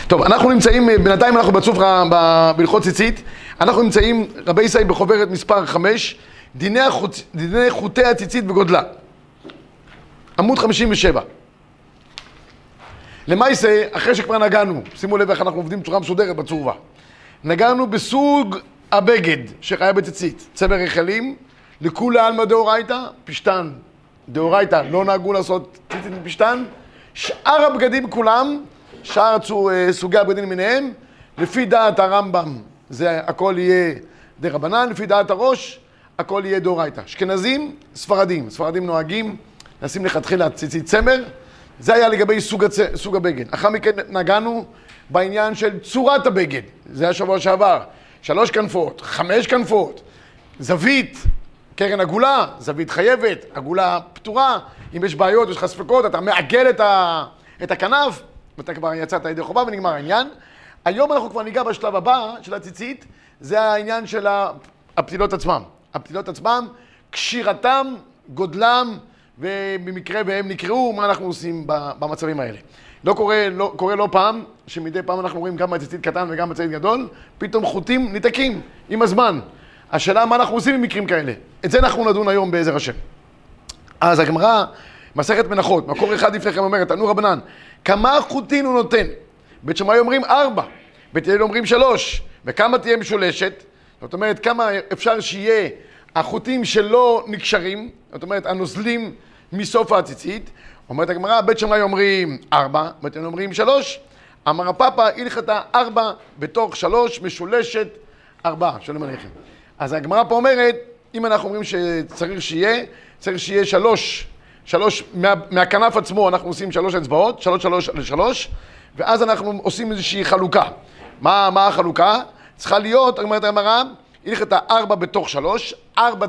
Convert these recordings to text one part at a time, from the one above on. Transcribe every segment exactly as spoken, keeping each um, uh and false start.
טוב, אנחנו נמצאים, בינתיים אנחנו בצופרא בהלכות ציצית, אנחנו נמצאים, רבי ישראל בחוברת מספר חמש, דיני, החוצ... דיני חוטי הציצית וגודלה. עמוד חמישים ושבע. למעשה, אחרי שכבר נגענו, שימו לב איך אנחנו עובדים בצורה מסודרת בצורבה. נגענו בסוג הבגד שחיה בציצית, צבר רחלים, לכולי עלמא דאורייתא, פשטן. דאורייתא לא נהגו לעשות ציצית מפשטן, שאר הבגדים כולם, שאר סוגי הבגדים למיניהם, לפי דעת הרמב"ם, זה הכל יהיה דרבנן, לפי דעת הראש, הכל יהיה דאורייתא. אשכנזים, ספרדים, ספרדים נוהגים, נשים לכתחילה ציצית צמר, זה היה לגבי סוג, הצ... סוג הבגד. אחר מכן נגענו בעניין של צורת הבגד, זה השבוע שעבר, שלוש כנפות, חמש כנפות, זווית, קרן עגולה, זווית חייבת, עגולה פתורה, אם יש בעיות, יש לך ספקות, אתה מעגל את, ה... את הכנף, ואתה כבר יצאת ידי חובה ונגמר העניין. היום אנחנו כבר ניגע בשלב הבא של הציצית, זה העניין של הפתילות עצמם. הפתילות עצמם, קשירתם, גודלם, ובמקרה והם נקראו, מה אנחנו עושים במצבים האלה. לא קורה, לא, קורה לא פעם, שמדי פעם אנחנו רואים גם בציצית קטן וגם בציצית גדול, פתאום חוטים ניתקים עם הזמן. השאלה מה אנחנו עושים במקרים כאלה. את זה אנחנו נדון היום בעזר השם. אז הגמרא, מסכת מנחות, מקור אחד לפניכם אומרת, תנו רבנן, כמה חוטין הוא נותן? בית שמאי אומרים ארבע, בית הלל אומרים שלוש, וכמה תהיה משולשת? זאת אומרת, כמה אפשר שיהיה החוטים שלא נקשרים, זאת אומרת, הנוזלים מסוף הציצית. אומרת הגמרא, בית שמאי אומרים ארבע, בית הלל אומרים שלוש, אמר הפאפא, הלכתה ארבע, בתוך שלוש, משולשת ארבע, שלום עליכם. אז הגמרא פה אומרת, אם אנחנו אומרים שצריך שיהיה, צריך שיהיה שלוש, שלוש, מה, מהכנף עצמו אנחנו עושים שלוש אצבעות, שלוש, שלוש לשלוש, ואז אנחנו עושים איזושהי חלוקה. מה, מה החלוקה? צריכה להיות, אומרת הגמרא, הלכתה ארבע בתוך שלוש, ארבע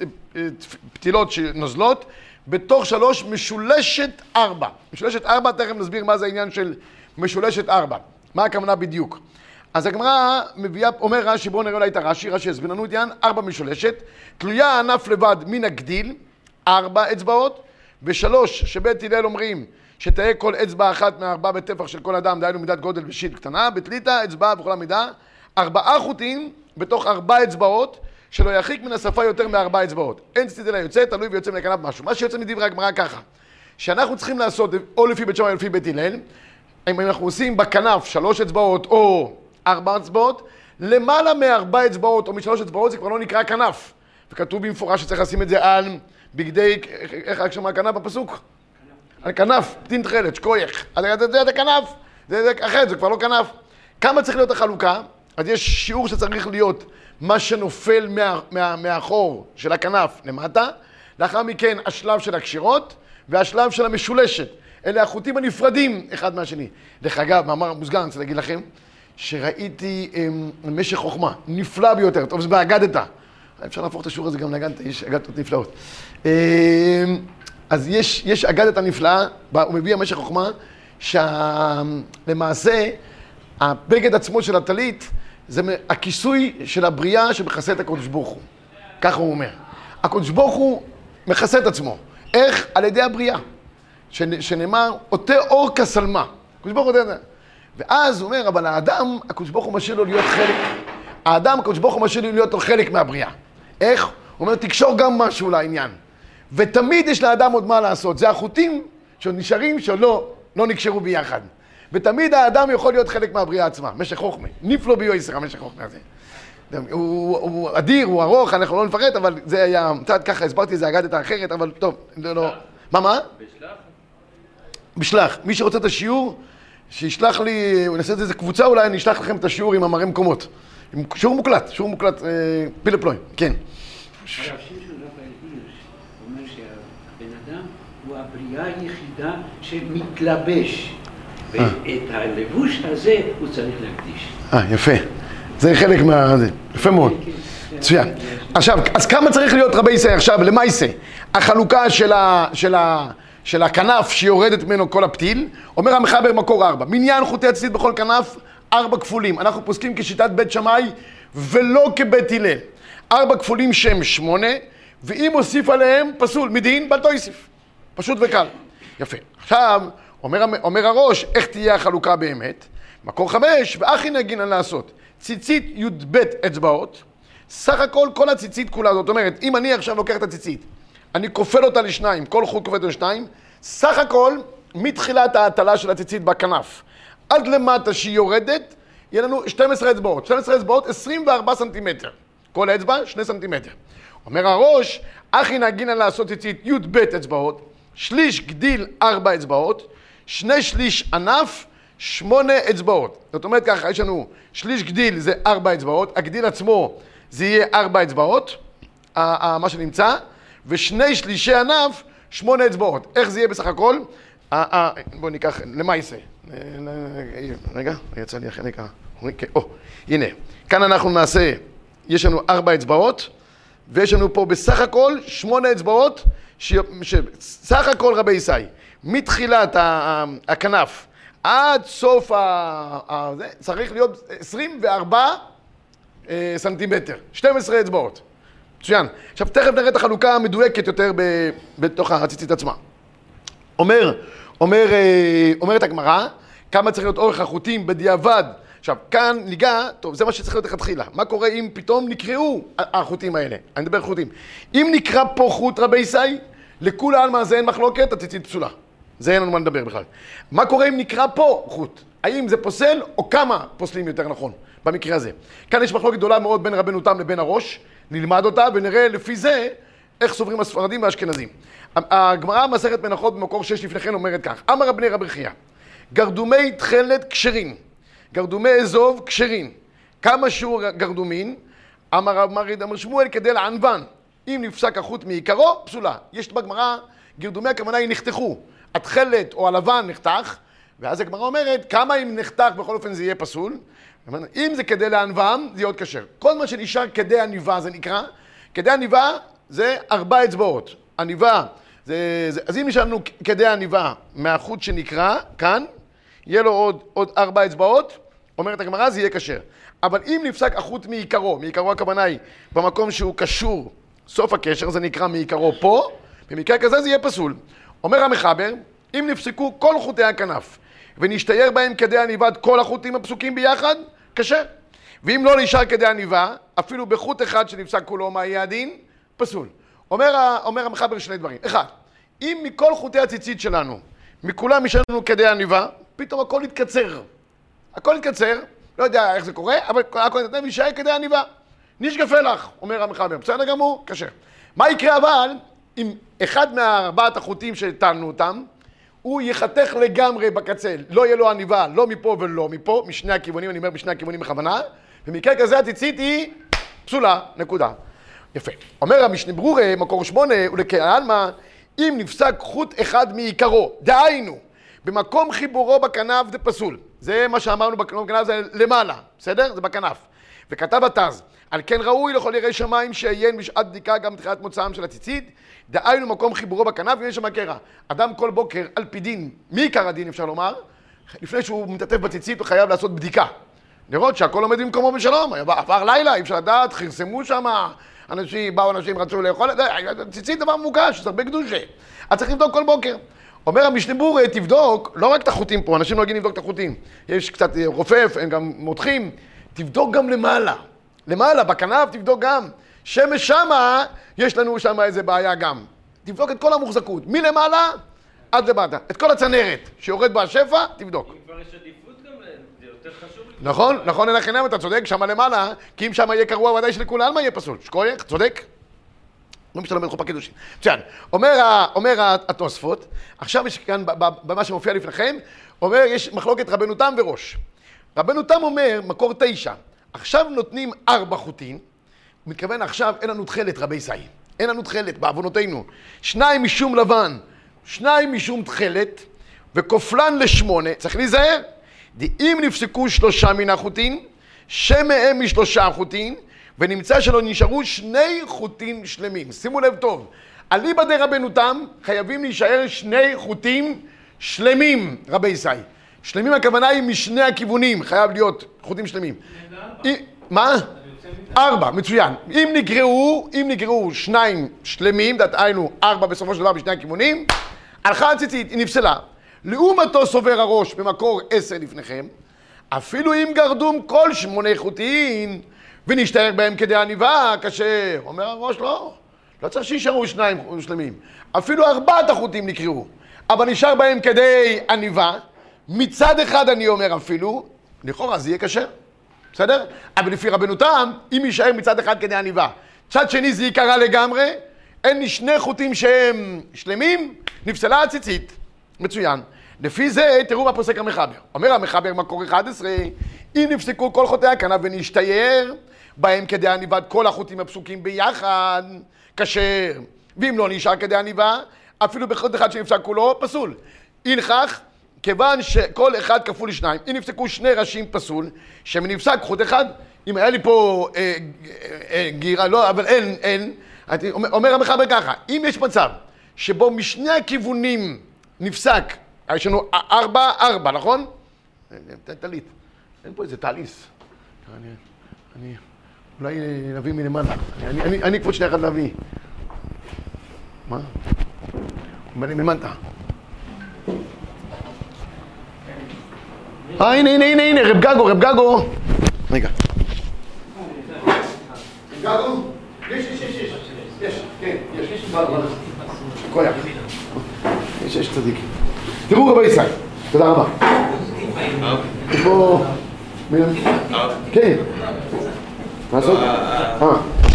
פתילות שנוזלות, בתוך שלוש משולשת ארבע. משולשת ארבע, תכף נסביר מה זה העניין של משולשת ארבע. מה הכוונה בדיוק? אז הגמרא מביאה, אומר רש"י, בואו נראה אולי את הרש"י, רש"י יסביר לנו את העניין, ארבע משולשת, תלויה הענף לבד מן הגדיל, ארבע אצבעות, ושלוש שבית הלל אומרים שתהיה כל אצבע אחת מהארבע בטפח של כל אדם, דהיינו מידת גודל ושיל קטנה, בתליתא אצבע בכל המידה, ארבעה חוטים בתוך ארבע אצבעות, שלא ירחיק מן השפה יותר מארבע אצבעות. אין ציצית אלא יוצא, תלוי ויוצא מן הכנף משהו. מה שיוצא מדברי הגמרא ככה, שאנחנו צריכים לעשות, או לפי בית שמאי או לפי בית הלל, אם אנחנו עושים בכנף שלוש אצבעות או ארבע אצבעות, למעלה מארבע אצבעות או משלוש אצבעות זה כבר לא נקרא כנף. וכתוב במפורש שצריך לשים את זה על בגדי, איך רק שמע כנף בפסוק? על כנף, פתין תחלת, שקוייך. אז זה את הכנף, זה אחרת, זה כבר לא כנף. כמה צריך להיות החלוקה? אז יש שיעור שצריך להיות מה שנופל מה, מה, מהחור של הכנף למטה, לאחר מכן השלב של הקשירות והשלב של המשולשת. אלה החוטים הנפרדים אחד מהשני. דרך אגב, מאמר מוסגר, אני רוצה להגיד לכם, שראיתי אמ, משך חוכמה, נפלא ביותר, טוב, זה באגדתא. אפשר להפוך את השיעור הזה גם לאגדתא, יש אגדתות נפלאות. אמ, אז יש, יש אגדתא נפלאה, הוא מביא משך חוכמה, שלמעשה, הבגד עצמו של הטלית, זה הכיסוי של הבריאה שמכסה את הקדוש ברוך הוא. ככה הוא אומר. הקדוש ברוך הוא מכסה את עצמו. איך? על ידי הבריאה. שנאמר, אותה אור כסלמה. הקדוש ברוך הוא יודע. ואז הוא אומר, אבל האדם, הקדוש ברוך הוא משאיר לו להיות חלק. האדם, הקדוש ברוך הוא משאיר לו להיות לו חלק מהבריאה. איך? הוא אומר, תקשור גם משהו לעניין. ותמיד יש לאדם עוד מה לעשות. זה החוטים שעוד נשארים, שעוד לא, לא נקשרו ביחד. ותמיד האדם יכול להיות חלק מהבריאה עצמה, משך חוכמה. נפלא ביועסר, המשך חוכמה הזה. הוא, הוא אדיר, הוא ארוך, אנחנו לא נפרט, אבל זה היה, קצת ככה, הסברתי, זה אגדתא אחרת, אבל טוב, לא, לא. מה, מה? בשלח? בשלח. מי שרוצה את השיעור, שישלח לי, נעשה את זה קבוצה, אולי אני אשלח לכם את השיעור עם המראה מקומות. שיעור מוקלט, שיעור מוקלט, אה, פילה פלוי, כן. הרב שמשון רפאל הירש אומר שהבן אדם הוא הבריאה היחידה שמתלבש. ואת הלבוש הזה הוא צריך להקדיש. אה, יפה. זה חלק מה... יפה מאוד. מצוין. עכשיו, אז כמה צריך להיות רבי ישראל? עכשיו, למעשה, החלוקה של ה... של ה... של הכנף שיורדת ממנו כל הפתיל, אומר המחבר מקור ארבע. מניין חוטי הציצית בכל כנף, ארבע כפולים. אנחנו פוסקים כשיטת בית שמאי ולא כבית הלל. ארבע כפולים שם שמונה, ואם הוסיף עליהם פסול, מדין בל תוסיף. פשוט וקל. יפה. עכשיו, אומר, אומר הראש, איך תהיה החלוקה באמת? מקור חמש, ואחי נגינן לעשות. ציצית י"ב אצבעות, סך הכל כל הציצית כולה, זאת אומרת, אם אני עכשיו לוקח את הציצית, אני כופל אותה לשניים, כל חוט כופל אותה לשניים, סך הכל, מתחילת ההטלה של הציצית בכנף, עד למטה שהיא יורדת, יהיה לנו שתים עשרה אצבעות. שתים עשרה אצבעות, עשרים וארבעה סנטימטר. כל האצבע, שני סנטימטר. אומר הראש, אחי נגינן לעשות ציצית י"ב אצבעות, שליש גדיל ארבע אצבעות, שני שליש ענף, שמונה אצבעות. זאת אומרת ככה, יש לנו שליש גדיל זה ארבע אצבעות, הגדיל עצמו זה יהיה ארבע אצבעות, מה שנמצא, ושני שלישי ענף, שמונה אצבעות. איך זה יהיה בסך הכל? בואו ניקח, למה יעשה? רגע, יצא לי אחרי נקרא. או, הנה, כאן אנחנו נעשה, יש לנו ארבע אצבעות, ויש לנו פה בסך הכל שמונה אצבעות, שסך הכל רבי ישי, מתחילת הכנף עד סוף ה... זה צריך להיות עשרים וארבעה סנטימטר, שתים עשרה אצבעות. מצוין. עכשיו תכף נראה את החלוקה המדויקת יותר בתוך הציצית עצמה. אומר, אומר, אומרת הגמרא, כמה צריך להיות אורך החוטים בדיעבד. עכשיו, כאן ניגע, טוב, זה מה שצריך להיות לכתחילה. מה קורה אם פתאום נקראו החוטים האלה? אני מדבר חוטים. אם נקרא פה חוט רבי ישי, לכולי עלמא זה אין מחלוקת, הציצית פסולה. זה אין לנו מה לדבר בכלל. מה קורה אם נקרא פה חוט? האם זה פוסל או כמה פוסלים יותר נכון במקרה הזה? כאן יש מחלוקת גדולה מאוד בין רבנו תם לבין הראש, נלמד אותה ונראה לפי זה איך סוברים הספרדים והאשכנזים. הגמרא מסכת מנחות במקור שש לפני כן אומרת כך, אמר רבני רבי חייא, גרדומי תכלת כשרים, גרדומי אזוב כשרים, כמה שיעור גרדומין? אמר רב מריד אמר שמואל כדי לענוון, אם נפסק החוט מעיקרו, פסולה. יש בגמרא, גרדומי הכוונה היא נחתכו, התכלת או הלבן נחתך, ואז הגמרא אומרת, כמה אם נחתך בכל אופן זה יהיה פסול, אם זה כדי לענוון, זה יהיה עוד כשר. כל מה שנשאר כדי עניבה זה נקרא, כדי עניבה זה ארבע אצבעות. עניבה, זה, זה, אז אם נשאר לנו כדי עניבה מהחוט שנקרא, כאן, יהיה לו עוד, עוד ארבע אצבעות, אומרת הגמרא, זה יהיה כשר. אבל אם נפסק החוט מעיקרו, מעיקרו הכוונה היא, במקום שהוא קשור, סוף הקשר, זה נקרא מעיקרו פה, במקרה כזה זה יהיה פסול. אומר המחבר, אם נפסקו כל חוטי הכנף, ונשתייר בהם כדי עניבת כל החוטים הפסוקים ביחד, כשר. ואם לא נשאר כדי עניבה, אפילו בחוט אחד שנפסק כולו, מה יהיה הדין? פסול. אומר, אומר המחבר שני דברים. אחד, אם מכל חוטי הציצית שלנו, מכולם יש לנו כדי עניבה, פתאום הכל יתקצר. הכל יתקצר, לא יודע איך זה קורה, אבל הכל יתקצר וישאר כדי עניבה. נשגפה לך, אומר המחבר. בסדר גמור, כשר. מה יקרה אבל, אם אחד מהארבעת החוטים שטענו אותם, הוא יחתך לגמרי בקצה, לא יהיה לו עניבה, לא מפה ולא מפה, משני הכיוונים, אני אומר משני הכיוונים בכוונה, במקרה כזה הציצית היא פסולה, נקודה. יפה. אומר המשנה ברורה, מקור שמונה, ולכעלמא, אם נפסק חוט אחד מעיקרו, דהיינו, במקום חיבורו בכנף זה פסול. זה מה שאמרנו בכנף, זה למעלה, בסדר? זה בכנף. וכתב התז, על כן ראוי לכל יראי שמיים שעיין בשעת בדיקה גם בתחילת מוצאם של הציצית, דהיינו מקום חיבורו בכנף ויש שם קרע. אדם כל בוקר על פי דין, מי עיקר הדין אפשר לומר? לפני שהוא מתעטף בציצית הוא חייב לעשות בדיקה. לראות שהכל עומד במקומו בשלום, עבר לילה, אי אפשר לדעת, חרסמו שם, אנשים, באו אנשים, רצו לאכול, ציצית דבר מבוקש, זה הרבה קדושה. אז צריך לבדוק כל בוקר. אומר המשנה ברורה, תבדוק, לא רק את החוטים פה, אנשים לא יודעים לבדוק את החוטים. יש קצת רופף, הם גם מותחים, תבדוק גם למעלה. למעלה, בכנף תבדוק גם. שמש שמה, יש לנו שם איזה בעיה גם. תבדוק את כל המוחזקות, מלמעלה עד למטה. את כל הצנרת שיורד בה השפע, תבדוק. אם כבר יש עדיפות גם להם, זה יותר חשוב. נכון, נכון, אין לכם, אתה צודק, שמה למעלה, כי אם שמה יהיה קרוע ודאי שלכולה, על מה יהיה פסול? שקוייך, צודק? לא משתלם בין חופה קידושין. מצוין, אומר, אומר התוספות, עכשיו יש כאן, במה שמופיע לפניכם, אומר, יש מחלוקת רבנו תם וראש. רבנו תם אומר, מקור תשע, עכשיו נותנים ארבע חוטים, הוא מתכוון עכשיו, אין לנו תכלת רבי ישי, אין לנו תכלת בעוונותינו, שניים משום לבן, שניים משום תכלת, וכופלן לשמונה, צריך להיזהר, אם נפסקו שלושה מן החוטים, שמהם משלושה חוטים, ונמצא שלא נשארו שני חוטים שלמים. שימו לב טוב, אליבא דרבנו תם חייבים להישאר שני חוטים שלמים, רבי ישי. שלמים הכוונה היא משני הכיוונים, חייב להיות חוטים שלמים. מה? ארבע, מצוין. אם נגרעו, אם נגרעו שניים שלמים, דהיינו ארבע בסופו של דבר בשני הכיוונים, הלכה הציצית, היא נפסלה. לעומתו סובר הראש במקור עשר לפניכם, אפילו אם גרדום כל שמונה חוטין, ונשתער בהם כדי עניבה, קשה. אומר הראש, לא, לא צריך שישארו שניים שלמים. אפילו ארבעת החוטים נקראו, אבל נשאר בהם כדי עניבה. מצד אחד אני אומר אפילו, לכאורה זה יהיה קשה, בסדר? אבל לפי רבנו תם, אם יישאר מצד אחד כדי עניבה, צד שני זה יקרה לגמרי, אין לי שני חוטים שהם שלמים, נפסלה הציצית. מצוין. לפי זה, תראו מה פוסק המחבר. אומר המחבר מקור אחד עשרה, אם נפסקו כל חוטי הכנף ונשתייר בהם כדי עניבת כל החוטים הפסוקים ביחד, כשר. ואם לא נשאר כדי עניבה, אפילו בחוט אחד שנפסק כולו, פסול. הלכך, כיוון שכל אחד כפול לשניים, אם נפסקו שני ראשים פסול, שמנפסק חוט אחד, אם היה לי פה אה, אה, אה, גירה, לא, אבל אין, אין, אומר, אומר המחבר ככה, אם יש מצב שבו משני הכיוונים נפסק, יש לנו ארבע, ארבע, נכון? תן תלית, אין פה איזה תעליס. אני, אני, אולי נביא מלמעלה, אני, אני, אני קפוץ שנייה אחת להביא. מה? אומר לי מלמטה. אה, הנה, הנה, הנה, הנה, רב גגו, רב גגו. רגע. רב גגו? יש, יש, יש, יש. יש, כן, יש. יש, כוח. יש, יש צדיק. תראו רבי ישראל, תודה רבה. איפה... כן. מה לעשות? אה.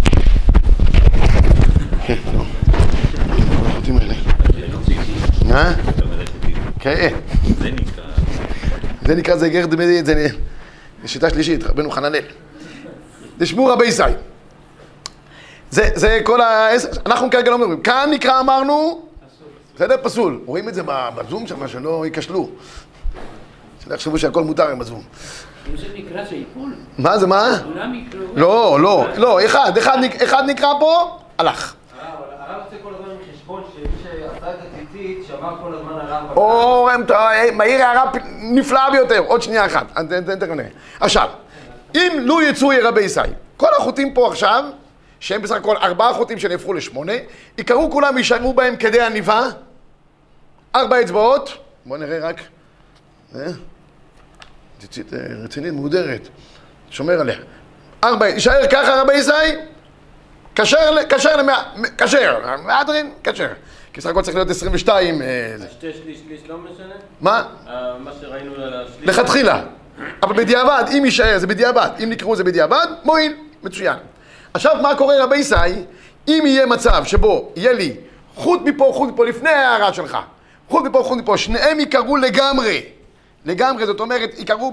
כן, טוב. החוטים האלה. מה? כן. זה נקרא. זה נקרא, זה גר דמדי, זה שיטה שלישית, רבנו חננאל. תשמעו רבי ישראל. זה, זה כל ה... אנחנו כרגע לא אומרים. כאן נקרא, אמרנו, בסדר? פסול. רואים את זה בזום שם, שלא ייכשלו. שלא יחשבו שהכל מותר עם הזום. אם זה נקרא זה איפול? מה זה, מה? לא, לא, לא, אחד, אחד נקרא פה, הלך. הרב עושה כל הזמן חשבון שמי שעשה את הציצית שמר כל הזמן על ארבע. או, מהיר הערה נפלאה ביותר, עוד שנייה אחת, תכף נראה. עכשיו, אם לו יצאו רבי ישראל, כל החוטים פה עכשיו, שהם בסך הכל ארבעה חוטים שנהפכו לשמונה, יקראו כולם וישארו בהם כדי עניבה, ארבע אצבעות, בואו נראה רק, ציצית רצינית, מהודרת, שומר עליה, ארבע, יישאר ככה רבי ישראל, כשר, כשר למאה, כשר, מהדרין, כשר. כי סך הכל צריך להיות עשרים ושתיים. שתי שליש, שליש לא משנה? מה? מה שראינו על השליש. לכתחילה. אבל בדיעבד, אם יישאר זה בדיעבד, אם נקראו זה בדיעבד, מועיל, מצוין. עכשיו, מה קורה רבי ישראל, אם יהיה מצב שבו יהיה לי חוט מפה, חוט מפה, לפני ההערה שלך, חוט מפה, חוט מפה, שניהם יקראו לגמרי. לגמרי, זאת אומרת, יקראו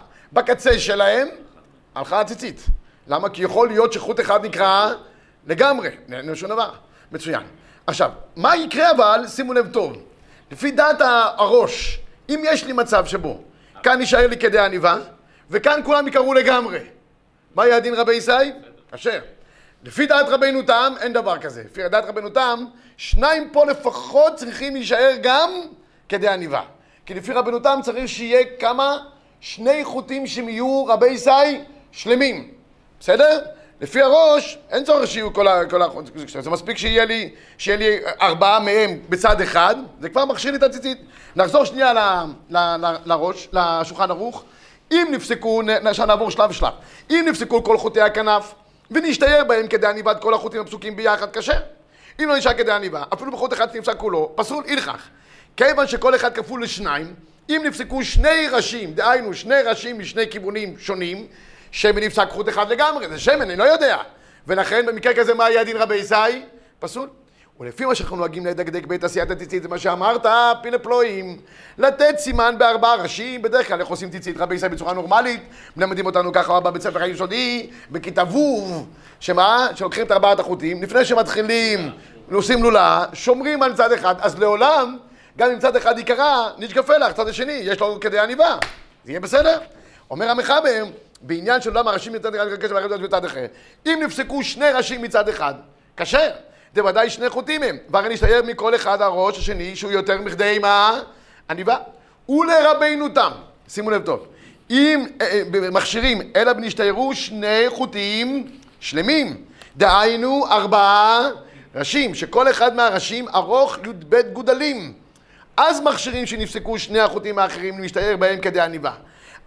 בקצה שלהם, הלכה הציצית. למה? כי יכול להיות שחוט אחד נקרא לגמרי, אין שום דבר. מצוין. עכשיו, מה יקרה אבל, שימו לב טוב, לפי דעת הראש, אם יש לי מצב שבו, כאן יישאר לי כדי עניבה, וכאן כולם יקראו לגמרי. מה יהיה הדין רבי ישראל? אשר. לפי דעת רבינו תם, אין דבר כזה. לפי דעת רבינו תם, שניים פה לפחות צריכים להישאר גם כדי עניבה. כי לפי רבינו תם צריך שיהיה כמה? שני חוטים שהם יהיו רבי ישראל שלמים. בסדר? לפי הראש, אין צורך שיהיו כל החוטים. זה מספיק שיהיה לי, שיהיה לי ארבעה מהם בצד אחד, זה כבר מכשיר לי את הציצית. נחזור שנייה ל, ל, ל, לראש, לשולחן ערוך. אם נפסקו, עכשיו נעבור שלב שלב. אם נפסקו כל חוטי הכנף, ונשתייר בהם כדי עניבת כל החוטים הפסוקים ביחד, כשר. אם לא נשאר כדי עניבה, אפילו בחוט אחד נפסק כולו, פסול הלכך. כיוון שכל אחד כפול לשניים, אם נפסקו שני ראשים, דהיינו שני ראשים משני כיוונים שונים, שמן נפסק חוט אחד לגמרי, זה שמן, אני לא יודע. ולכן במקרה כזה מה יהיה הדין רבי ישראל? פסול. ולפי מה שאנחנו נוהגים לדקדק בית עשיית הציצית, זה מה שאמרת, פילה פלואים, לתת סימן בארבעה ראשים, בדרך כלל איך עושים ציצית רבי ישראל בצורה נורמלית, מלמדים אותנו ככה בבית ספר היסודי, בכיתה ו', שמה? שלוקחים את ארבעת החוטים, לפני שמתחילים, עושים לולה, שומרים על צד אחד, אז לעולם, גם אם צד אחד יקרה, נשקפה לך, צד השני, יש לו כדי עניבה, זה יהיה בסדר? אומר המחבר, בעניין של למה ראשים מצד אחד קשר ואחרים מצד אחר, אם נפסקו שני ראשים מצד אחד, כשר, זה ודאי שני חוטים הם, והרי נשתייר מכל אחד הראש השני שהוא יותר מכדי מה? עניבה. ולרבינו תם, שימו לב טוב, אם אה, מכשירים אלא נשתיירו שני חוטים שלמים, דהיינו ארבעה ראשים, שכל אחד מהראשים ארוך י"ב גודלים, אז מכשירים שנפסקו שני החוטים האחרים נשתייר בהם כדי עניבה.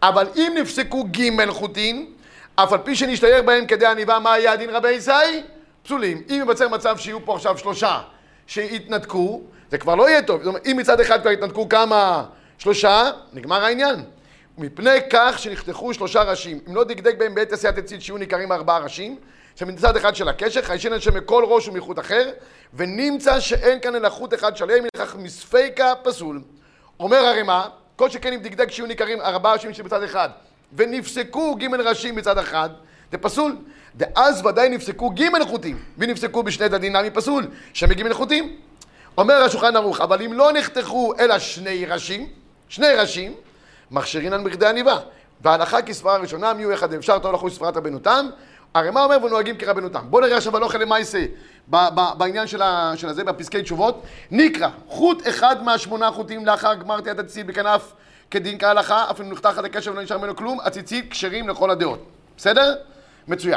אבל אם נפסקו ג' חוטין, אף על פי שנשתייך בהם כדי עניבה, מה יהיה הדין רבי ישי? פסולים. אם ייווצר מצב שיהיו פה עכשיו שלושה שהתנתקו, זה כבר לא יהיה טוב. זאת אומרת, אם מצד אחד כבר התנתקו כמה שלושה, נגמר העניין. מפני כך שנחתכו שלושה ראשים. אם לא דקדק בהם בעת עשיית הציץ שיהיו ניכרים ארבעה ראשים, שמצד אחד של הקשר, חיישן שמכל ראש ומחוט אחר, ונמצא שאין כאן אלא חוט אחד שלם, לכך מספיקה פסול. אומר הרמ"א, כל שכן אם דקדק שיהיו ניכרים ארבעה ראשים שבצד אחד, ונפסקו ג' ראשים מצד אחד, זה פסול. ואז ודאי נפסקו ג' חוטים, ונפסקו בשני צדדים נמי פסול, שמג' חוטים. אומר השולחן ערוך, אבל אם לא נחתכו אלא שני ראשים, שני ראשים, מכשירינן בכדי עניבה. וההלכה כסברה הראשונה, מי הוא אחד אפשר תור לחוש סברת רבנותם, הרמ"א אומר ונוהגים כרבנותם. בואו נראה עכשיו הלכה למעשה בעניין של הזה, בפסקי תשובות. נקרא, חוט אחד מהשמונה חוטים לאחר גמר תיית הציצית בכנף כדין כהלכה, אפילו נחתך עד הקשר ולא נשאר ממנו כלום, הציצית כשרים לכל הדעות. בסדר? מצוין.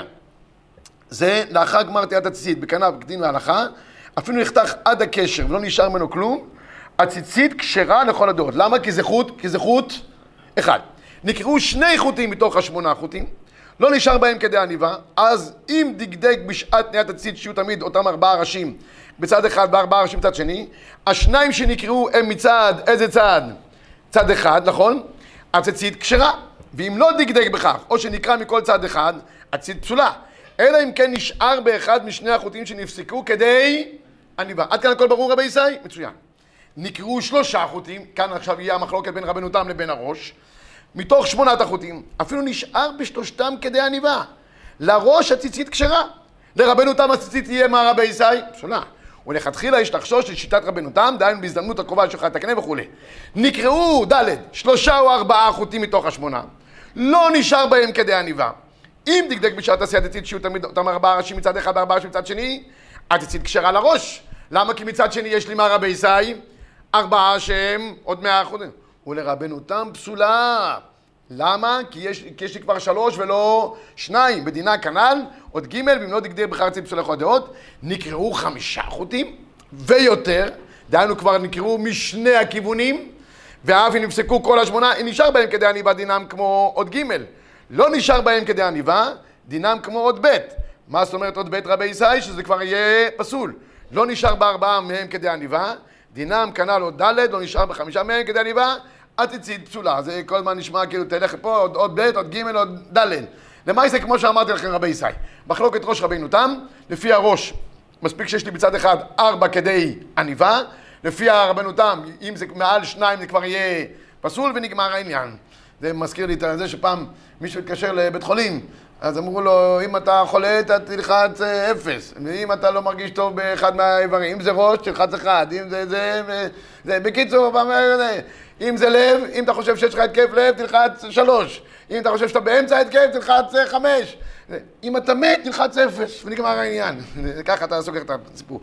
זה לאחר גמר תיית הציצית בכנף כדין להלכה, אפילו נחתך עד הקשר ולא נשאר ממנו כלום, הציצית כשרה לכל הדעות. למה? כי זה חוט, כי זה חוט אחד. נקראו שני חוטים מתוך השמונה חוטים, לא נשאר בהם כדי עניבה, אז אם דקדק בשעת תניית הציצית שיהיו תמיד אותם ארבעה ראשים בצד אחד וארבעה ראשים בצד שני, השניים שנקראו הם מצד, איזה צד? צד אחד, נכון? הציצית כשרה. ואם לא דקדק בכך, או שנקרא מכל צד אחד, הציצית פסולה. אלא אם כן נשאר באחד משני החוטים שנפסקו כדי עניבה. עד כאן הכל ברור רבי ישי? מצוין. נקראו שלושה חוטים, כאן עכשיו יהיה המחלוקת בין רבנותם לבין הראש, מתוך שמונת החוטים, אפילו נשאר בשלושתם כדי עניבה. לראש הציצית כשרה. לרבנותם הציצית תהיה מה רבי ישי? פסולה. ולכתחילה יש לחשוש לשיטת רבנותם, דהיינו בהזדמנות הקרובה שלך תקנה וכו'. נקראו ד' שלושה או ארבעה חוטים מתוך השמונה, לא נשאר בהם כדי עניבה. אם דקדק בשעת עשיית הציצית שיהיו תמיד אותם ארבעה ראשים מצד אחד וארבעה ראשים מצד שני, הציצית כשרה לראש. למה? כי מצד שני יש לי מה רבי ישי? ארבעה שהם עוד מאה חוטים. ולרבנותם פסולה. למה? כי יש, כי יש לי כבר שלוש ולא שניים. בדינה כנ"ל, עוד ג' ואם לא דקדק בכך הציצית פסולה לכל הדעות, נקראו חמישה חוטים ויותר, דהיינו כבר נקראו משני הכיוונים, ואף אם נפסקו כל השמונה, נשאר בהם כדי עניבה דינם כמו עוד ג'. לא נשאר בהם כדי עניבה, דינם כמו עוד ב'. מה זאת אומרת עוד ב' רבי ישי? שזה כבר יהיה פסול. לא נשאר בארבעה מהם כדי עניבה, דינם כנ"ל עוד ד', לא נשאר בחמישה מהם כדי עניבה, הציצית פסולה. זה כל הזמן נשמע כאילו תלך פה עוד, עוד ב', עוד ג', עוד ד'. למה זה כמו שאמרתי לכם רבי ישי? מחלוקת ראש רבנותם, לפי הראש, מספיק שיש לי בצד אחד ארבע כדי עניבה, לפי הרבנותם, אם זה מעל שניים זה כבר יהיה פסול ונגמר העניין. זה מזכיר לי את זה שפעם מישהו התקשר לבית חולים, אז אמרו לו, אם אתה חולה, אתה תלחץ אפס. ואם אתה לא מרגיש טוב באחד מהאיברים, אם זה ראש, תלחץ אחד. אם זה זה, זה. בקיצור, אם זה לב, אם אתה חושב שיש לך התקף לב, תלחץ שלוש. אם אתה חושב שאתה באמצע התקף, תלחץ חמש. אם אתה מת, תלחץ אפס. ונגמר העניין. ככה אתה סוגר את הסיפור.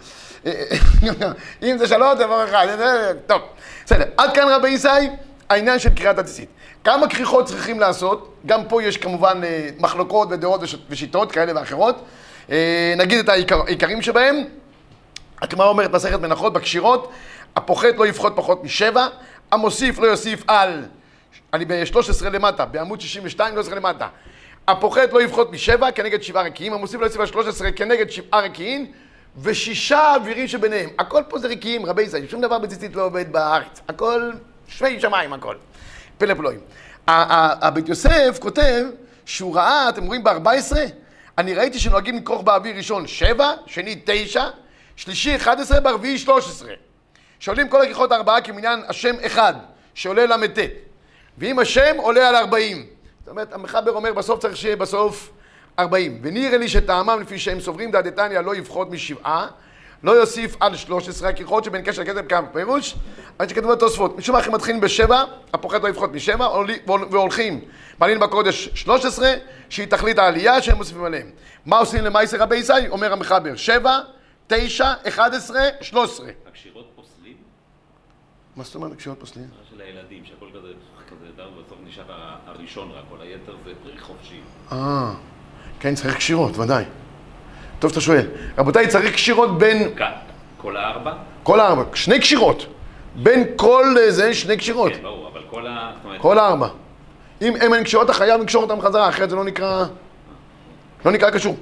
אם זה שלוש, זה דבר אחד. טוב, בסדר. עד כאן רבי ישי, העניין של קריאת הציצית. כמה כריכות צריכים לעשות? גם פה יש כמובן מחלוקות ודעות ושיטות כאלה ואחרות. נגיד את העיקרים שבהם. הגמרא אומרת מסכת מנחות בקשירות, הפוחת לא יפחות פחות משבע, המוסיף לא יוסיף על, אני ב-שלוש עשרה למטה, בעמוד שישים ושתיים, שלוש עשרה למטה. הפוחת לא יפחות משבע כנגד שבעה רקיעים, המוסיף לא יוסיף על שלוש עשרה כנגד שבעה רקיעים, ושישה אווירים שביניהם. הכל פה זה רקיעים, רבי ישי, שום דבר בציצית לא עובד בארץ. הכל שווי שמיים, הכל. פלא פלואים. הבית יוסף כותב שהוא ראה, אתם רואים ב-ארבע עשרה, אני ראיתי שנוהגים לכרוך באוויר ראשון שבע, שני תשע, שלישי אחד עשרה, ברביעי שלוש עשרה. שעולים כל הכריכות ארבעה כמניין השם אחד, שעולה למ"ט. ואם השם עולה על ארבעים. זאת אומרת, המחבר אומר בסוף צריך שיהיה בסוף ארבעים. ונראה לי שטעמם לפי שהם סוברים דעתניא לא יפחות משבעה, לא יוסיף על שלוש עשרה הכריכות שבין קשר לכתב כמה פירוש, אבל שכתוב בתוספות. משום מה אנחנו מתחילים בשבע, הפוחת לא יפחות משבע, והולכים מעלין בקודש שלוש עשרה, שהיא תכלית העלייה שהם מוסיפים עליהם. מה עושים למעשה רבי ישי? אומר המחבר, שבע, תשע, אחד עשרה, שלוש עשרה. הקשירות פוסלים? מה זאת אומרת הקשירות פוסלים? של הילדים, שהכל כזה, כזה דם, ובסוף נשאר הראשון רק, כל היתר זה פרי חופשי. אה, כן, צריך קשירות, ודאי. טוב שאתה שואל. רבותיי, צריך קשירות בין... כל הארבע? כל הארבע, שני קשירות. בין כל זה, שני קשירות. כן, ברור, אבל כל ה... כל הארבע. אם הם אין קשורות, אתה חייב לקשור אותם חזרה, אחרת זה לא נקרא, לא נקרא קשור.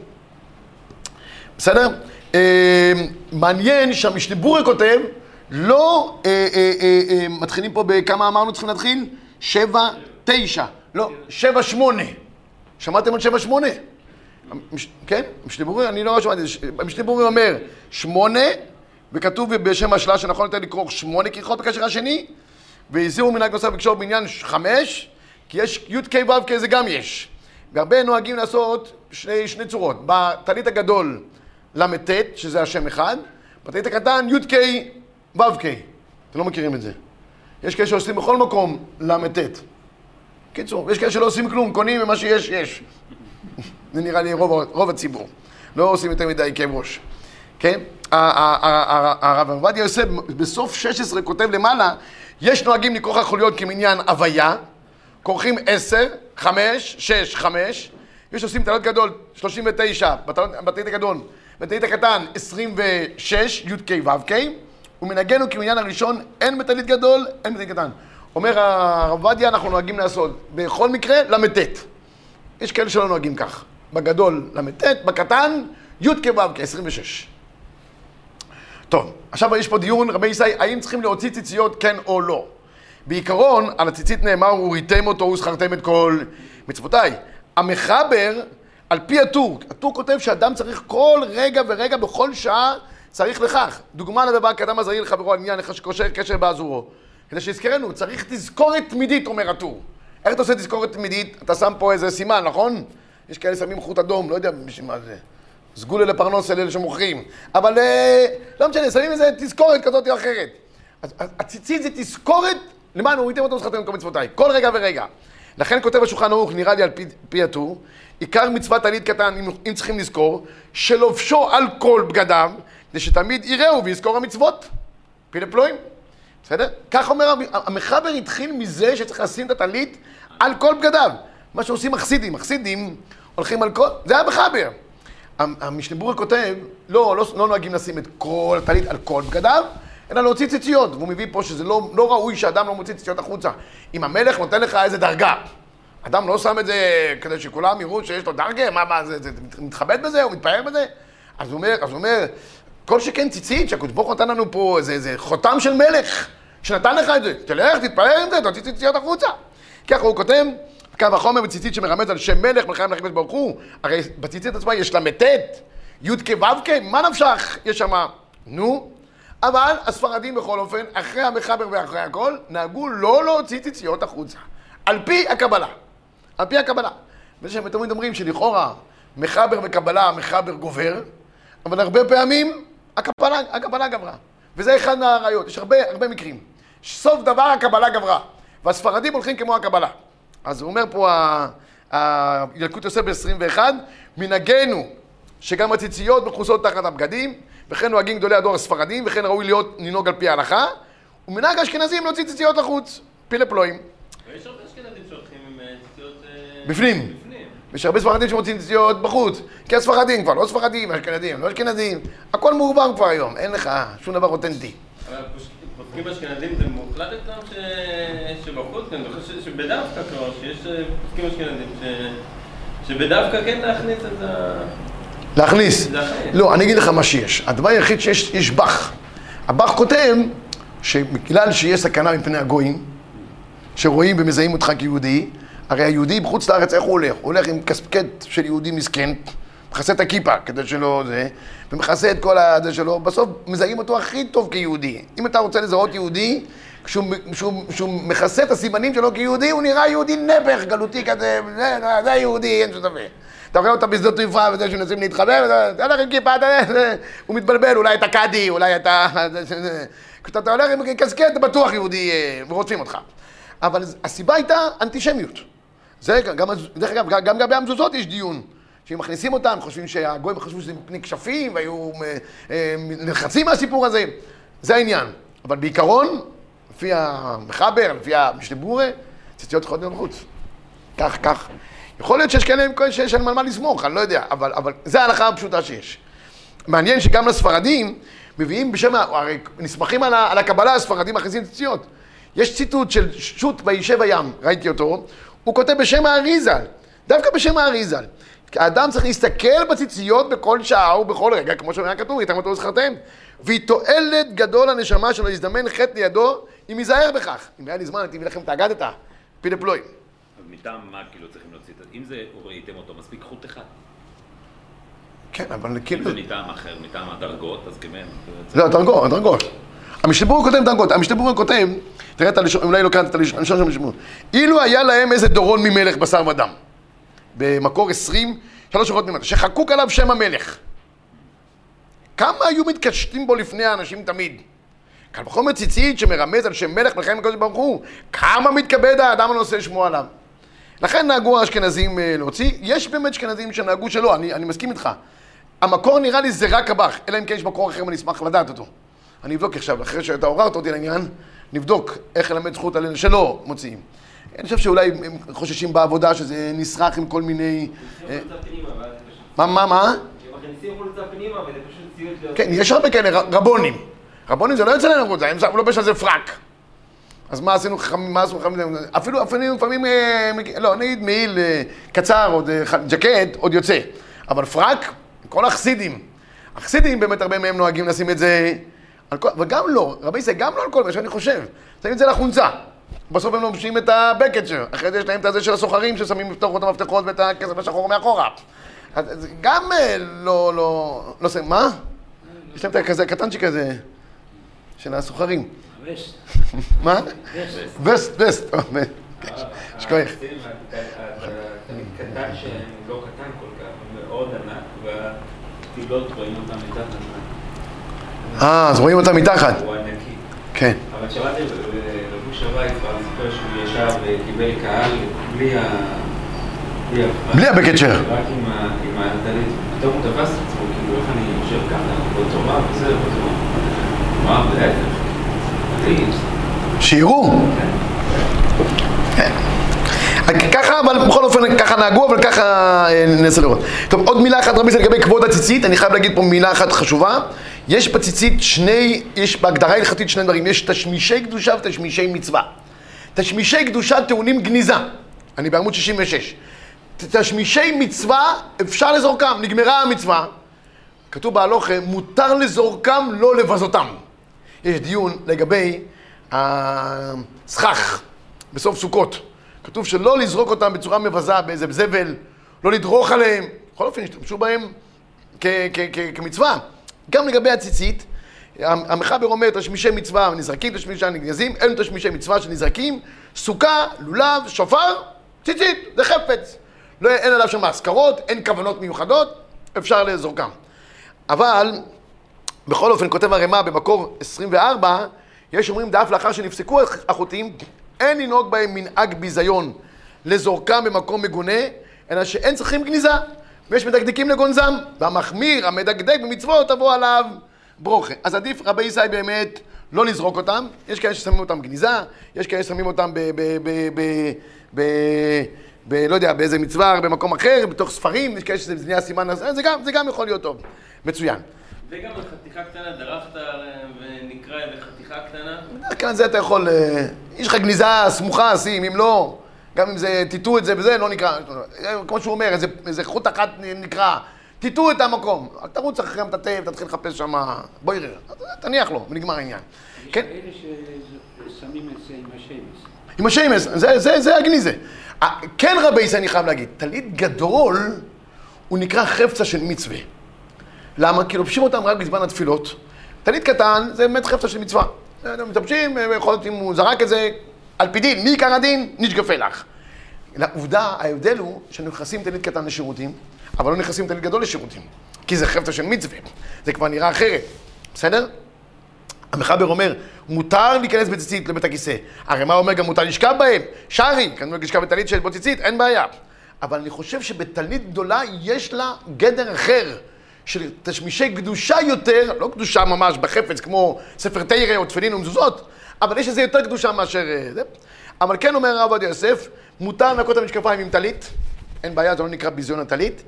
בסדר? אה, מעניין שהמשנה ברורה כותב, לא אה, אה, אה, אה, מתחילים פה בכמה אמרנו צריכים להתחיל? שבע, תשע. לא, שבע, שמונה. שמעתם על שבע, שמונה? כן? המשנה ברורה, אני לא שמעתי. המשנה ברורה אומר שמונה, וכתוב בשם השלה שנכון יותר לקרוא שמונה כריכות בקשר השני, והזהירו מנהג נוסף לקשור בעניין חמש, כי יש י' ק' ו' ק' זה גם יש. והרבה נוהגים לעשות שני, שני צורות. בטלית הגדול למ"ט, שזה השם אחד, בטלית הקטן י' ק' ו' ק'. אתם לא מכירים את זה. יש כאלה שעושים בכל מקום למ"ט. קיצור, יש כאלה שלא עושים כלום, קונים ומה שיש, יש. זה נראה לי רוב, רוב הציבור. לא עושים יותר מדי כאב ראש. כן? הרב עובדיה יוסף בסוף שש עשרה כותב למעלה, יש נוהגים לקרוא החוליות כמניין הוויה, כורכים עשר, חמש, שש, חמש, יש עושים טלית גדול שלושים ותשע, בטלית הגדול, בטלית הקטן עשרים ושש, י' ק' ו' ק', ומנהגנו כמניין הראשון אין בטלית גדול, אין בטלית קטן. אומר הרב עובדיה, אנחנו נוהגים לעשות בכל מקרה למ"ט. יש כאלה שלא נוהגים כך. בגדול למ"ט, בקטן י' ק' ו' ק', עשרים ושש. טוב, עכשיו יש פה דיון, רבי ישראל, האם צריכים להוציא ציציות כן או לא? בעיקרון, על הציצית נאמר, וריתם אותו וזכרתם את כל מצוותיי. המחבר, על פי הטור, הטור כותב שאדם צריך כל רגע ורגע, בכל שעה, צריך לכך. דוגמה לדבר, כאדם עזרי לחברו על עניין, שקושר קשר בעזורו. כדי שיזכרנו, צריך תזכורת תמידית, אומר הטור. איך אתה עושה תזכורת תמידית? אתה שם פה איזה סימן, נכון? יש כאלה שמים חוט אדום, לא יודע בשביל מה זה. סגולה לפרנוס אלה שמוכרים. אבל לא משנה, שמים איזה תזכורת כזאת או אחרת. אז הציצית זה תזכורת, למען הוריתם אותו וזכרתם כל מצוותיי, כל רגע ורגע. לכן כותב השולחן ערוך, נראה לי על פי, פי הטור, עיקר מצוות טלית קטן, אם, אם צריכים לזכור, שלובשו על כל בגדיו, כדי שתמיד יראו ויזכור המצוות. פילה פלואים. בסדר? כך אומר, המחבר התחיל מזה שצריך לשים את הטלית על כל בגדיו. מה שעושים החסידים, החסידים הולכים על כל, זה המחבר. המשנה ברורה כותב, לא, לא, לא נוהגים לשים את כל הטלית על כל בגדיו, אלא להוציא ציציות. והוא מביא פה שזה לא, לא ראוי שאדם לא מוציא ציציות החוצה. אם המלך נותן לך איזה דרגה, אדם לא שם את זה כדי שכולם יראו שיש לו דרגה, מה, מה, זה, זה, זה מתחבט בזה, הוא מתפאר בזה? אז הוא אומר, אז הוא אומר, כל שכן ציצית, שהקדוש ברוך הוא נתן לנו פה איזה, איזה חותם של מלך, שנתן לך את זה, תלך, תתפאר עם זה, תוציא ציציות החוצה. ככה הוא כותב, קו החומר בציצית שמרמז על שם מלך, מלכי המלך ברוך הוא, הרי בציצית עצמה יש לה מתת, י' ק' ו' ק', מה נפשך? יש שמה, נו, אבל הספרדים בכל אופן, אחרי המחבר ואחרי הכל, נהגו לא להוציא ציציות החוצה, על פי הקבלה, על פי הקבלה. וזה שהם תמיד אומרים שלכאורה, מחבר וקבלה, המחבר גובר, אבל הרבה פעמים הקבלה, הקבלה גברה. וזה אחד מהראיות, יש הרבה, הרבה מקרים. סוף דבר הקבלה גברה, והספרדים הולכים כמו הקבלה. אז הוא אומר פה, ילקוט יוסף ב-עשרים ואחת, מנהגנו שגם הציציות מכוסות תחת הבגדים, וכן נוהגים גדולי הדור הספרדים, וכן ראוי להיות לנהוג על פי ההלכה, ומנהג האשכנזים להוציא ציציות לחוץ, פילה פלואים. ויש הרבה אשכנזים שהולכים עם ציציות בפנים. יש הרבה ספרדים שמוצאים ציציות בחוץ, כי הספרדים כבר לא ספרדים, אשכנזים, לא אשכנזים, הכל מעובר כבר היום, אין לך שום דבר אותנטי. אבל פוסקים אשכנזים זה מוחלט אצלם שבחוץ, אני חושב שבדווקא כבר, שיש פוסקים אשכנזים שבדווקא כן להכניס את ה... להכניס? לא, אני אגיד לך מה שיש. הדבר היחיד שיש, יש בח. הבח כותב שבגלל שיש סכנה מפני הגויים, שרואים ומזהים אותך כיהודי, הרי היהודי בחוץ לארץ, איך הוא הולך? הוא הולך עם קסקט של יהודי מסכן, מכסה את הכיפה כדי שלא זה, ומכסה את כל הזה שלו, בסוף מזהים אותו הכי טוב כיהודי. אם אתה רוצה לזהות יהודי, כשהוא, כשהוא, כשהוא מכסה את הסימנים שלו כיהודי, הוא נראה יהודי נפח, גלותי כזה, זה, זה יהודי, אין שום דבר. אתה רואה אותה בשדות תעופה וזה שמנסים להתחבר, אתה הולך עם כיפה, הוא מתבלבל, אולי אתה קאדי, אולי אתה... כשאתה הולך עם קסקט, אתה בטוח יהודי, ורודפים אותך. אבל הסיבה הייתה אנטישמיות. זה גם, דרך אגב, גם לגבי המזוזות יש דיון. שאם מכניסים אותם, חושבים שהגויים חשבו שזה מפני כשפים, והיו נלחצים מהסיפור הזה. זה העניין. אבל בעיקרון, לפי המחבר, לפי המשנה ברורה, ציציות יכולות להיות בחוץ. כך, כך. יכול להיות שיש כאלה שיש על מה לסמוך, אני לא יודע, אבל, אבל זה ההלכה הפשוטה שיש. מעניין שגם לספרדים מביאים בשם, הרי נסמכים על, על הקבלה, הספרדים מכניסים ציציות. יש ציטוט של שו"ת וישב הים, ראיתי אותו, הוא כותב בשם האריזל, דווקא בשם האריזל. האדם צריך להסתכל בציציות בכל שעה ובכל רגע, כמו שאומר כתוב, איתם אותו זכרתם. והיא תועלת גדול הנשמה שלו, יזדמן חטא לידו, אם ייזהר בכך. אם היה לי זמן, הייתי מביא לכם את האגדתא, פילה פלוי. אז מטעם מה כאילו צריכים להוציא את זה? אם זה ראיתם אותו, מספיק חוט אחד. כן, אבל כאילו... אם זה מטעם אחר, מטעם הדרגות, אז כמם... לא, דרגות, דרגות. המשתברור כותב דרגות, המשתברור כותב, תראה את הלשון, אולי לא קראת את הלשון של המשתברור. אילו היה להם איזה דורון ממלך בשר ודם, במקור עשרים, שלוש שורות ממלך, שחקוק עליו שם המלך. כמה היו מתקשטים בו לפני האנשים תמיד? קל וחומר ציצית שמרמז על שם מלך מלכים הקדוש ברוך הוא, כמה מתכבד האדם הנושא שמו עליו. לכן נהגו האשכנזים להוציא, יש באמת אשכנזים שנהגו שלא, אני, אני מסכים איתך. המקור נראה לי זה רק הבח, אלא אם כן יש מקור אחר ואני אשמח לדעת אותו. אני אבדוק עכשיו, אחרי שאתה עוררת אותי לעניין, נבדוק איך ללמד זכות עלינו שלא מוציאים. אני חושב שאולי הם חוששים בעבודה שזה נסרח עם כל מיני... מה, מה, מה? מכניסים חולצה פנימה וזה פשוט ציוד להיות... כן, יש הרבה כאלה, רבונים. רבונים זה לא יוצא להם חולצה, הם לא בש על זה פרק. אז מה עשינו חכמים, מה עשינו חכמים? אפילו אפילו לפעמים, לא, נגיד מעיל קצר, עוד ג'קט, עוד יוצא. אבל פרק, כל החסידים. החסידים באמת הרבה מהם נוהגים לשים את זה... וגם לא, רבי זה גם לא על כל מה שאני חושב. שמים את זה לחונצה. בסוף הם לובשים את הבקצ'ר. אחרי זה יש להם את הזה של הסוחרים ששמים לפתוח את המפתחות ואת הכסף השחור מאחורה. אז גם לא, לא, לא שמים, מה? יש להם את הכזה, הקטנצ'יק הזה של הסוחרים. וסט. מה? וסט, וסט. שכוח. תמיד קטן שהם לא קטן כל כך, הם מאוד ענק, והטילות רואים אותם מתחת. אה, אז רואים אותם מתחת. הוא ענקי. כן. אבל שמעתי לבוש הבית כבר לספר שהוא ישב וקיבל קהל בלי ה... בלי הבקצ'ר. רק עם הטלית. פתאום הוא תפס את עצמו, כאילו איך אני יושב ככה, באותו מה וזה, באותו מה, מה, להפך. שיראו. ככה, אבל בכל אופן ככה נהגו, אבל ככה ננסה לראות. טוב, עוד מילה אחת רבי זה לגבי כבוד הציצית, אני חייב להגיד פה מילה אחת חשובה. יש בציצית שני, יש בהגדרה הלכתית שני דברים, יש תשמישי קדושה ותשמישי מצווה. תשמישי קדושה טעונים גניזה, אני בעמוד שישים ושש. תשמישי מצווה אפשר לזורקם, נגמרה המצווה. כתוב בהלוכה, מותר לזורקם, לא לבזותם. יש דיון לגבי הסכך בסוף סוכות. כתוב שלא לזרוק אותם בצורה מבזה, באיזה זבל, לא לדרוך עליהם. בכל אופן, השתמשו בהם כמצווה. גם לגבי הציצית, המחבר אומר, תשמישי מצווה נזרקים, תשמישי נגנזים, אין תשמישי מצווה שנזרקים, סוכה, לולב, שופר, ציצית, זה חפץ. לא, אין עליו שם הזכרות, אין כוונות מיוחדות, אפשר לזורקם. אבל, בכל אופן, כותב הרמ"א במקור עשרים וארבע, יש אומרים דאף לאחר שנפסקו החוטאים, אין לנהוג בהם מנהג ביזיון לזורקם במקום מגונה, אלא שאין צריכים גניזה, ויש מדקדקים לגונזם, והמחמיר, המדקדק במצוות תבוא עליו ברוכה. אז עדיף רבי ישי באמת לא לזרוק אותם, יש כאלה ששמים אותם גניזה, יש כאלה ששמים אותם ב... ב, ב, ב, ב ב... לא יודע, באיזה מצווה, במקום אחר, בתוך ספרים, יש כאלה שזה נהיה סימן, זה גם, זה גם יכול להיות טוב, מצוין. וגם על חתיכה קטנה, דרכת ונקרא איזה חתיכה קטנה? כאן זה אתה יכול, יש לך גניזה סמוכה, שים, אם לא, גם אם זה, תיתו את זה וזה, לא נקרא, כמו שהוא אומר, איזה, איזה חוט אחת נקרא, תיתו את המקום, אל תרוץ אחריהם את הטב, תתחיל לחפש שם, בואי ראה, תניח לו, ונגמר העניין. יש כאלה ששמים את זה עם השמש. עם השמש, זה, זה, זה הגניזה. כן רבי ישי אני חייב להגיד, טלית גדול הוא נקרא חפצה של מצווה. למה? כי לובשים אותם רק בזמן התפילות. טלית קטן זה באמת חפצה של מצווה. מתלבשים, יכול להיות אם הוא זרק את זה על פי דין, מעיקר הדין, נשגפה לך. לעובדה, ההבדל הוא שנכנסים טלית קטן לשירותים, אבל לא נכנסים טלית גדול לשירותים. כי זה חפצה של מצווה. זה כבר נראה אחרת. בסדר? המחבר אומר, מותר להיכנס בציצית לבית הכיסא. הרמ"א אומר גם מותר לשכב בהם. שרי, כנראה לשכב בטלית של ציצית, אין בעיה. אבל אני חושב שבטלית גדולה יש לה גדר אחר, של תשמישי קדושה יותר, לא קדושה ממש בחפץ כמו ספר תירא או תפילין ומזוזות, אבל יש איזה יותר קדושה מאשר זה. אבל כן אומר הרב עובדיה יוסף, מותר לנקות את המשקפיים עם טלית, אין בעיה, זה לא נקרא ביזיון הטלית,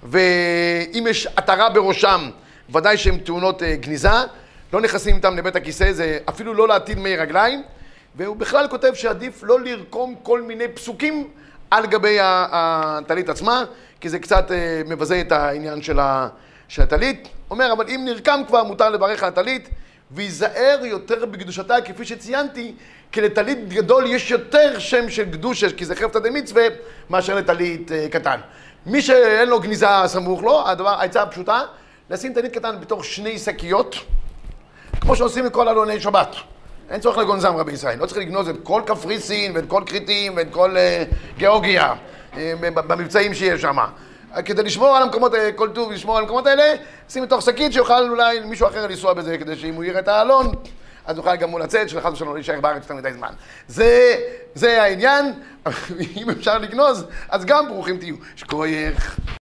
ואם יש עטרה בראשם, ודאי שהן טעונות גניזה, לא נכנסים איתם לבית הכיסא, זה אפילו לא להטיל מי רגליים, והוא בכלל כותב שעדיף לא לרקום כל מיני פסוקים על גבי הטלית עצמה, כי זה קצת מבזה את העניין של הטלית. אומר, אבל אם נרקם כבר, מותר לברך על הטלית, ויזהר יותר בקדושתה, כפי שציינתי, כי לטלית גדול יש יותר שם של קדושה, כי זה חרבתא דמצווה, מאשר לטלית קטן. מי שאין לו גניזה סמוך לו, הדבר, העצה הפשוטה, לשים טלית קטן בתוך שני שקיות, כמו שעושים את כל עלוני שבת. אין צורך לגונזם רבי ישראל, לא צריך לגנוז את כל קפריסין ואת כל קריטים ואת כל uh, גיאורגיה uh, במבצעים שיש שם. כדי לשמור על המקומות, כל טוב, לשמור על המקומות האלה, שים בתוך שקית שיוכל אולי מישהו אחר לנסוע בזה, כדי שאם הוא יראה את העלון, אז נוכל גם הוא לצאת, שלחד ושלום להישאר בארץ יותר מדי זמן. זה, זה העניין, אם אפשר לגנוז, אז גם ברוכים תהיו. שכוייך.